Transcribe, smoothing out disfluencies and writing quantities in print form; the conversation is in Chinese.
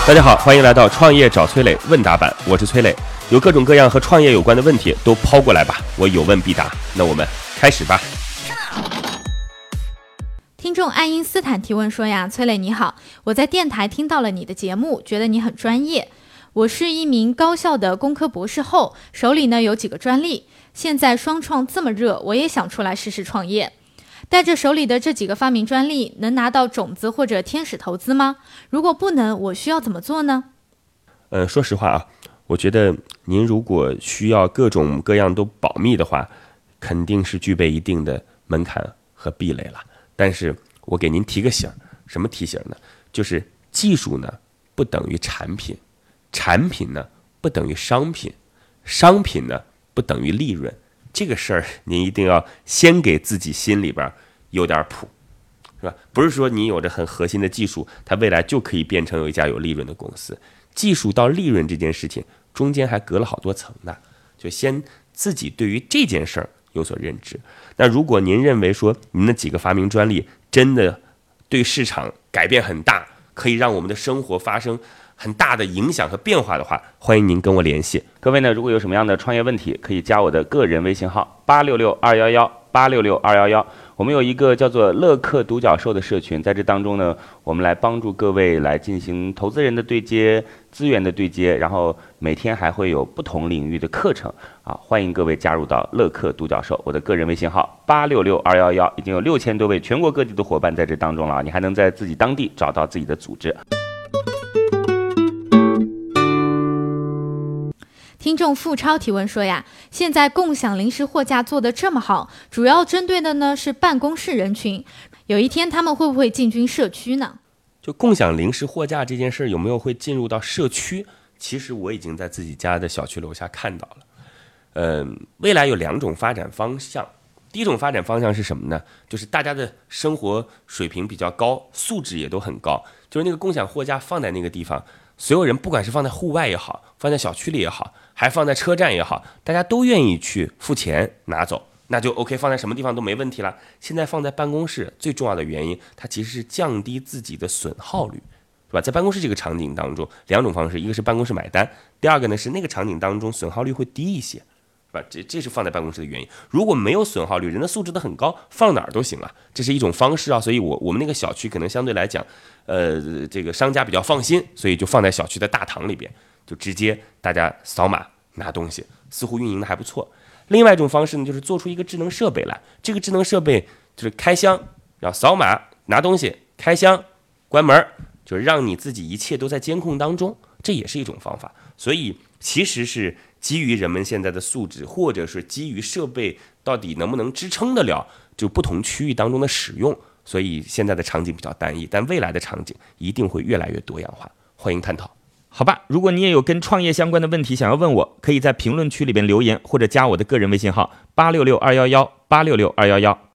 大家好，欢迎来到创业找崔磊问答版，我是崔磊，有各种各样和创业有关的问题都抛过来吧，我有问必答。那我们开始吧。 听众爱因斯坦提问说呀，崔磊你好，我在电台听到了你的节目，觉得你很专业。我是一名高校的工科博士后，手里呢有几个专利，现在双创这么热，我也想出来试试创业。带着手里的这几个发明专利，能拿到种子或者天使投资吗？如果不能，我需要怎么做呢？ 说实话啊，我觉得您如果需要各种各样都保密的话，肯定是具备一定的门槛和壁垒了。但是我给您提个醒，什么提醒呢？就是技术呢不等于产品，产品呢不等于商品，商品呢不等于利润。这个事儿您一定要先给自己心里边有点谱，是吧？不是说你有着很核心的技术，它未来就可以变成有一家有利润的公司。技术到利润这件事情中间还隔了好多层呢，就先自己对于这件事儿有所认知。那如果您认为说您的几个发明专利真的对市场改变很大，可以让我们的生活发生很大的影响和变化的话，欢迎您跟我联系。 各位呢，如果有什么样的创业问题，可以加我的个人微信号866211866211。我们有一个叫做乐客独角兽的社群，在这当中呢，我们来帮助各位来进行投资人的对接、资源的对接，然后每天还会有不同领域的课程啊，欢迎各位加入到乐客独角兽。我的个人微信号866211，已经有6000多位全国各地的伙伴在这当中了，你还能在自己当地找到自己的组织。 听众付超提问说呀，现在共享零食货架做得这么好，主要针对的呢是办公室人群，有一天他们会不会进军社区呢？ 就共享零食货架这件事有没有会进入到社区？其实我已经在自己家的小区楼下看到了。未来有2种发展方向。第一种发展方向是什么呢？就是大家的生活水平比较高，素质也都很高，就是那个共享货架放在那个地方，所有人不管是放在户外也好，放在小区里也好，还放在车站也好，大家都愿意去付钱拿走，那就 OK， 放在什么地方都没问题了。现在放在办公室最重要的原因，它其实是降低自己的损耗率，是吧？在办公室这个场景当中，2种方式，一个是办公室买单，第二个呢是那个场景当中损耗率会低一些，是吧？这是放在办公室的原因。如果没有损耗率，人的素质都很高，放哪儿都行了，这是一种方式啊。所以我们那个小区可能相对来讲，这个商家比较放心，所以就放在小区的大堂里边，就直接大家扫码拿东西，似乎运营的还不错。另外一种方式呢，就是做出一个智能设备来，这个智能设备就是开箱，然后扫码拿东西，开箱关门，就是让你自己一切都在监控当中，这也是一种方法。所以其实是基于人们现在的素质，或者是基于设备到底能不能支撑得了就不同区域当中的使用，所以现在的场景比较单一，但未来的场景一定会越来越多样化，欢迎探讨。 好吧，如果你也有跟创业相关的问题想要问我，可以在评论区里边留言，或者加我的个人微信号866211866211。